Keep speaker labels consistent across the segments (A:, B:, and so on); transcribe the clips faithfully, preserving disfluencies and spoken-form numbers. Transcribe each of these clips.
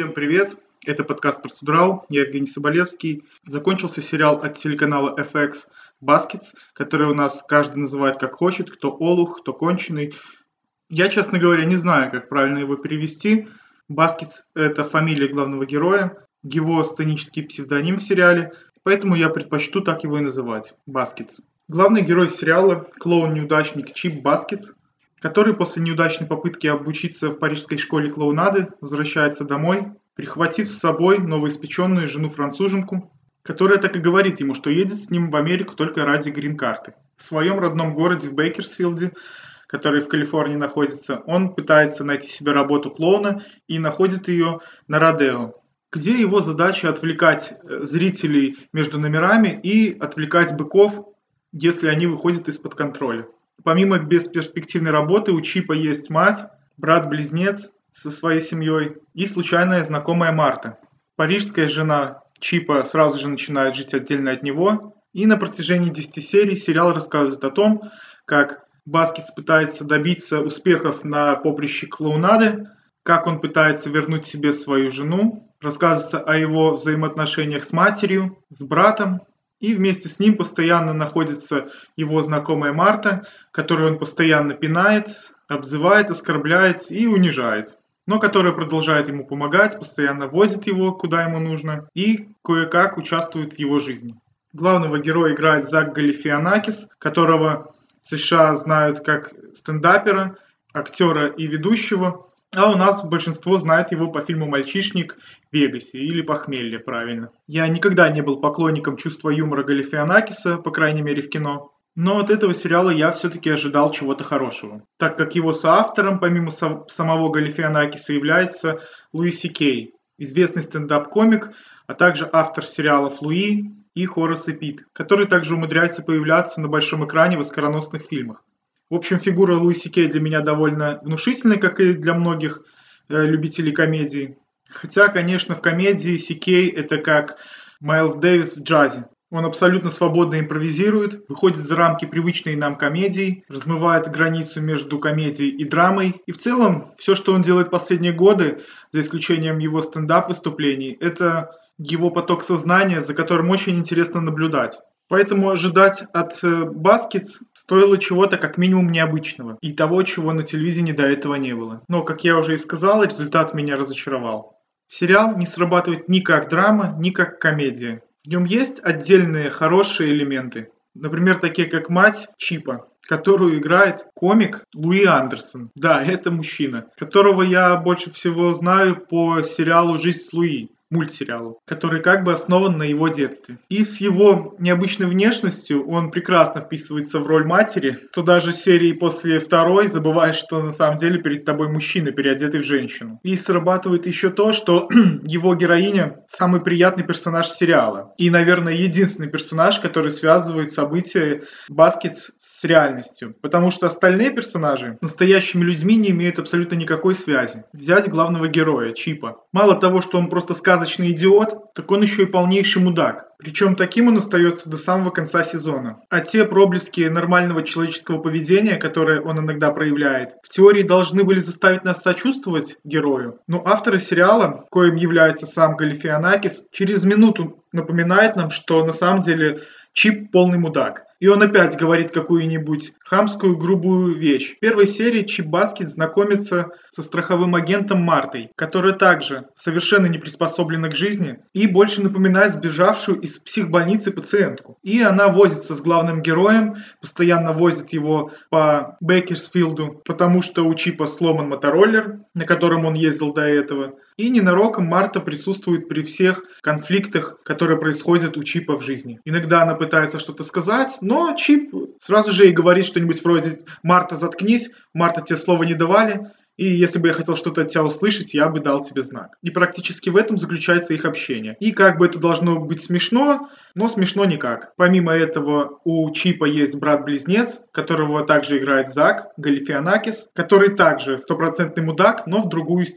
A: Всем привет! Это подкаст «Процедурал». Я Евгений Соболевский. Закончился сериал от телеканала эф икс «Baskets», который у нас каждый называет как хочет, кто олух, кто конченый. Я, честно говоря, не знаю, как правильно его перевести. Baskets — это фамилия главного героя, его сценический псевдоним в сериале, поэтому я предпочту так его и называть — Baskets. Главный герой сериала — клоун-неудачник Чип Баскетс, который после неудачной попытки обучиться в парижской школе клоунады возвращается домой, прихватив с собой новоиспеченную жену-француженку, которая так и говорит ему, что едет с ним в Америку только ради грин-карты. В своем родном городе в Бейкерсфилде, который в Калифорнии находится, он пытается найти себе работу клоуна и находит ее на Родео, где его задача отвлекать зрителей между номерами и отвлекать быков, если они выходят из-под контроля. Помимо бесперспективной работы, у Чипа есть мать, брат-близнец со своей семьей и случайная знакомая Марта. Парижская жена Чипа сразу же начинает жить отдельно от него, и на протяжении десяти серий сериал рассказывает о том, как Баскетс пытается добиться успехов на поприще клоунады, как он пытается вернуть себе свою жену, рассказывается о его взаимоотношениях с матерью, с братом. И вместе с ним постоянно находится его знакомая Марта, которую он постоянно пинает, обзывает, оскорбляет и унижает, но которая продолжает ему помогать, постоянно возит его куда ему нужно и кое-как участвует в его жизни. Главного героя играет Зак Галифианакис, которого в США знают как стендапера, актера и ведущего, а у нас большинство знает его по фильму «Мальчишник в Вегасе» или «Похмелье», правильно. Я никогда не был поклонником чувства юмора Галифианакиса, по крайней мере в кино, но от этого сериала я все-таки ожидал чего-то хорошего, так как его соавтором, помимо со- самого Галифианакиса, является Луи Си Кей, известный стендап-комик, а также автор сериалов «Луи» и «Хорас и Пит», который также умудряется появляться на большом экране в оскароносных фильмах. В общем, фигура Луи Си Кей для меня довольно внушительная, как и для многих э, любителей комедии. Хотя, конечно, в комедии Си Кей это как Майлз Дэвис в джазе. Он абсолютно свободно импровизирует, выходит за рамки привычной нам комедии, размывает границу между комедией и драмой. И в целом, все, что он делает последние годы, за исключением его стендап-выступлений, это его поток сознания, за которым очень интересно наблюдать. Поэтому ожидать от Баскетс стоило чего-то как минимум необычного и того, чего на телевидении до этого не было. Но, как я уже и сказал, результат меня разочаровал. Сериал не срабатывает ни как драма, ни как комедия. В нем есть отдельные хорошие элементы. Например, такие как мать Чипа, которую играет комик Луи Андерсон. Да, это мужчина, которого я больше всего знаю по сериалу «Жизнь с Луи», мультсериалу, который как бы основан на его детстве. И с его необычной внешностью он прекрасно вписывается в роль матери, то даже серии после второй забываешь, что на самом деле перед тобой мужчина, переодетый в женщину. И срабатывает еще то, что его героиня самый приятный персонаж сериала. И, наверное, единственный персонаж, который связывает события Баскетс с реальностью. Потому что остальные персонажи с настоящими людьми не имеют абсолютно никакой связи. Взять главного героя, Чипа. Мало того, что он просто сказочный идиот, так он еще и полнейший мудак. Причем таким он остается до самого конца сезона. А те проблески нормального человеческого поведения, которые он иногда проявляет, в теории должны были заставить нас сочувствовать герою. Но авторы сериала, коим является сам Галифианакис, через минуту напоминает нам, что на самом деле Чип полный мудак. И он опять говорит какую-нибудь хамскую, грубую вещь. В первой серии Чип Баскетс знакомится со страховым агентом Мартой, которая также совершенно не приспособлена к жизни и больше напоминает сбежавшую из психбольницы пациентку. И она возится с главным героем, постоянно возит его по Бейкерсфилду, потому что у Чипа сломан мотороллер, на котором он ездил до этого. И ненароком Марта присутствует при всех конфликтах, которые происходят у Чипа в жизни. Иногда она пытается что-то сказать, но Чип сразу же и говорит что-нибудь вроде «Марта, заткнись, Марта, тебе слова не давали». И если бы я хотел что-то от тебя услышать, я бы дал тебе знак. И практически в этом заключается их общение. И как бы это должно быть смешно, но смешно никак. Помимо этого, у Чипа есть брат-близнец, которого также играет Зак Галифианакис, который также стопроцентный мудак, но в другую степь.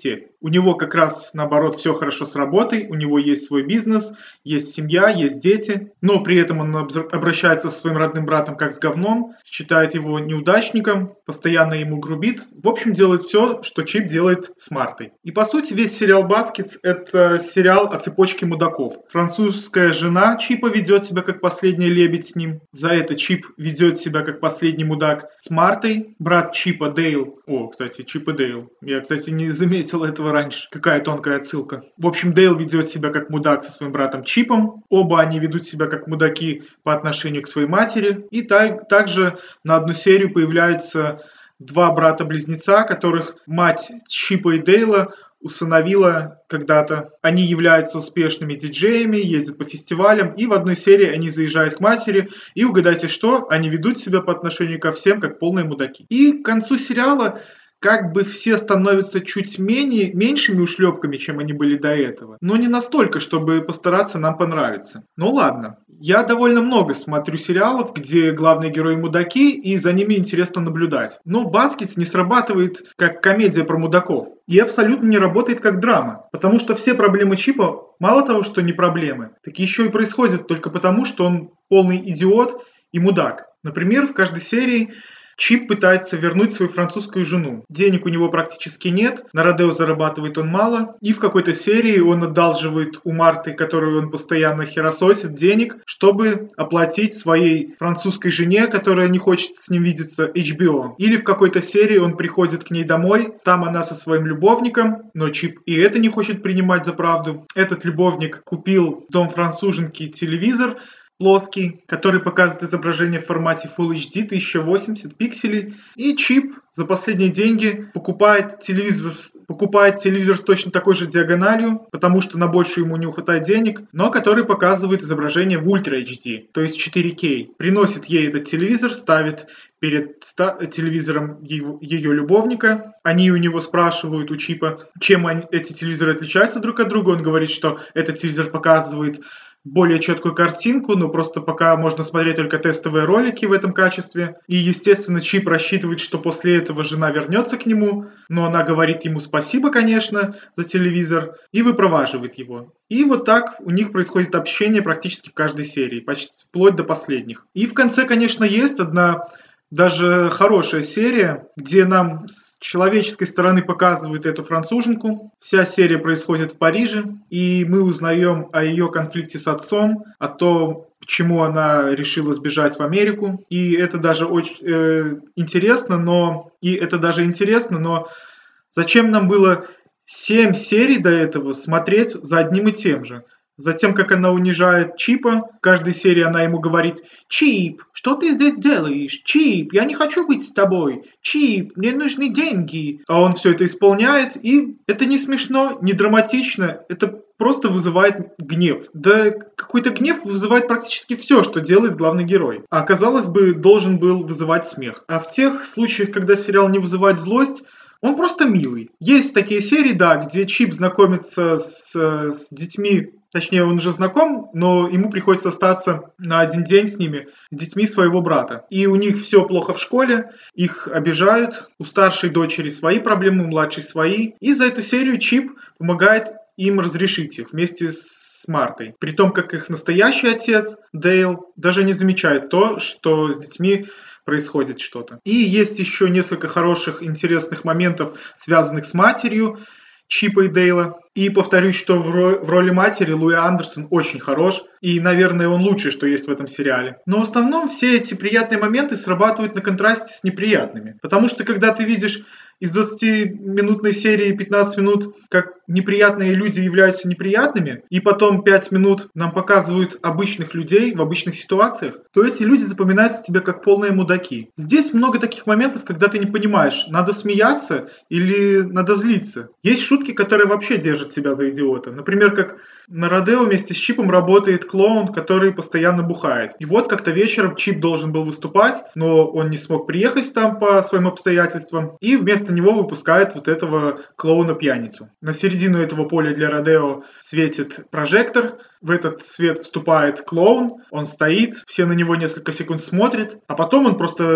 A: У него как раз наоборот все хорошо с работой, у него есть свой бизнес, есть семья, есть дети, но при этом он обращается со своим родным братом как с говном, считает его неудачником, постоянно ему грубит. В общем, делает все, что Чип делает с Мартой. И по сути весь сериал «Баскетс» — это сериал о цепочке мудаков. Французская жена Чипа ведет себя как последний лебедь с ним. За это Чип ведет себя как последний мудак с Мартой. Брат Чипа Дейл. О, кстати, Чип и Дейл. Я, кстати, не заметил этого раньше. Какая тонкая отсылка. В общем, Дейл ведет себя как мудак со своим братом Чипом. Оба они ведут себя как мудаки по отношению к своей матери. И так, также на одну серию появляются два брата-близнеца, которых мать Чипа и Дейла усыновила когда-то. Они являются успешными диджеями, ездят по фестивалям, и в одной серии они заезжают к матери, и угадайте что, они ведут себя по отношению ко всем как полные мудаки. И к концу сериала как бы все становятся чуть менее, меньшими ушлепками, чем они были до этого. Но не настолько, чтобы постараться нам понравиться. Ну ладно. Я довольно много смотрю сериалов, где главные герои мудаки, и за ними интересно наблюдать. Но «Баскетс» не срабатывает как комедия про мудаков. И абсолютно не работает как драма. Потому что все проблемы Чипа, мало того, что не проблемы, так еще и происходят только потому, что он полный идиот и мудак. Например, в каждой серии Чип пытается вернуть свою французскую жену. Денег у него практически нет, на Родео зарабатывает он мало, и в какой-то серии он одалживает у Марты, которую он постоянно херососит, денег, чтобы оплатить своей французской жене, которая не хочет с ним видеться, эйч би о. Или в какой-то серии он приходит к ней домой, там она со своим любовником, но Чип и это не хочет принимать за правду. Этот любовник купил дом француженки телевизор, плоский, который показывает изображение в формате Full эйч ди тысяча восемьдесят пикселей. И Чип за последние деньги покупает телевизор, покупает телевизор с точно такой же диагональю, потому что на больше ему не хватает денег, но который показывает изображение в Ультра эйч ди, то есть четыре кей. Приносит ей этот телевизор, ставит перед телевизором его, ее любовника. Они у него спрашивают, у Чипа, чем они, эти телевизоры отличаются друг от друга. Он говорит, что этот телевизор показывает более четкую картинку, но просто пока можно смотреть только тестовые ролики в этом качестве. И, естественно, Чип рассчитывает, что после этого жена вернется к нему, но она говорит ему спасибо, конечно, за телевизор и выпроваживает его. И вот так у них происходит общение практически в каждой серии, почти вплоть до последних. И в конце, конечно, есть одна даже хорошая серия, где нам с человеческой стороны показывают эту француженку. Вся серия происходит в Париже, и мы узнаем о ее конфликте с отцом, о том, почему она решила сбежать в Америку. И это даже очень э, интересно, но и это даже интересно, но зачем нам было семь серий до этого смотреть за одним и тем же? Затем, как она унижает Чипа, в каждой серии она ему говорит: «Чип, что ты здесь делаешь? Чип, я не хочу быть с тобой. Чип, мне нужны деньги». А он все это исполняет, и это не смешно, не драматично, это просто вызывает гнев. Да какой-то гнев вызывает практически все, что делает главный герой. А казалось бы, должен был вызывать смех. А в тех случаях, когда сериал не вызывает злость, он просто милый. Есть такие серии, да, где Чип знакомится с, с детьми. Точнее, он уже знаком, но ему приходится остаться на один день с ними, с детьми своего брата. И у них все плохо в школе, их обижают, у старшей дочери свои проблемы, у младшей свои. И за эту серию Чип помогает им разрешить их вместе с Мартой. При том, как их настоящий отец, Дейл, даже не замечает то, что с детьми происходит что-то. И есть еще несколько хороших, интересных моментов, связанных с матерью Чипа и Дейла. И повторюсь, что в, ро- в роли матери Луи Андерсон очень хорош, и, наверное, он лучший, что есть в этом сериале. Но в основном все эти приятные моменты срабатывают на контрасте с неприятными. Потому что, когда ты видишь из двадцатиминутной серии пятнадцать минут, как неприятные люди являются неприятными, и потом пять минут нам показывают обычных людей в обычных ситуациях, то эти люди запоминаются тебе как полные мудаки. Здесь много таких моментов, когда ты не понимаешь, надо смеяться или надо злиться. Есть шутки, которые вообще держат тебя за идиота. Например, как на Родео вместе с Чипом работает клоун, который постоянно бухает. И вот как-то вечером Чип должен был выступать, но он не смог приехать там по своим обстоятельствам, и вместо него выпускает вот этого клоуна-пьяницу. На середину этого поля для Родео светит прожектор, в этот свет вступает клоун, он стоит, все на него несколько секунд смотрят, а потом он просто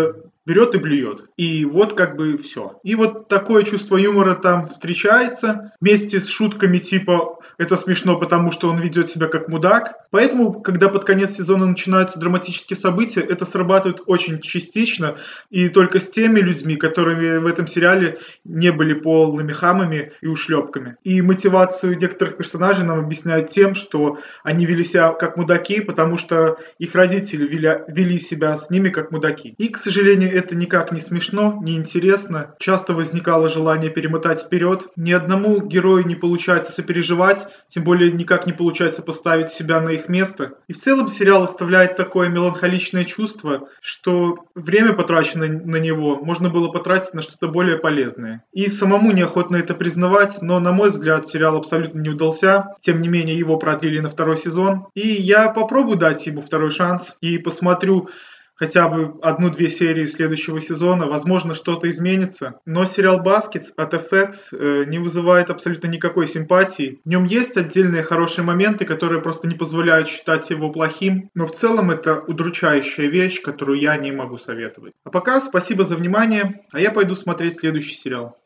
A: берет и блюет. И вот как бы все. И вот такое чувство юмора там встречается вместе с шутками типа «это смешно, потому что он ведет себя как мудак». Поэтому, когда под конец сезона начинаются драматические события, это срабатывает очень частично и только с теми людьми, которые в этом сериале не были полными хамами и ушлепками. И мотивацию некоторых персонажей нам объясняют тем, что они вели себя как мудаки, потому что их родители вели, вели себя с ними как мудаки. И, к сожалению, это никак не смешно, не интересно. Часто возникало желание перемотать вперед. Ни одному герою не получается сопереживать, тем более никак не получается поставить себя на их место. И в целом сериал оставляет такое меланхоличное чувство, что время, потраченное на него, можно было потратить на что-то более полезное. И самому неохотно это признавать, но, на мой взгляд, сериал абсолютно не удался. Тем не менее, его продлили на второй сезон. И я попробую дать ему второй шанс и посмотрю хотя бы одну-две серии следующего сезона, возможно, что-то изменится. Но сериал «Баскетс» от эф икс э, не вызывает абсолютно никакой симпатии. В нем есть отдельные хорошие моменты, которые просто не позволяют считать его плохим, но в целом это удручающая вещь, которую я не могу советовать. А пока спасибо за внимание, а я пойду смотреть следующий сериал.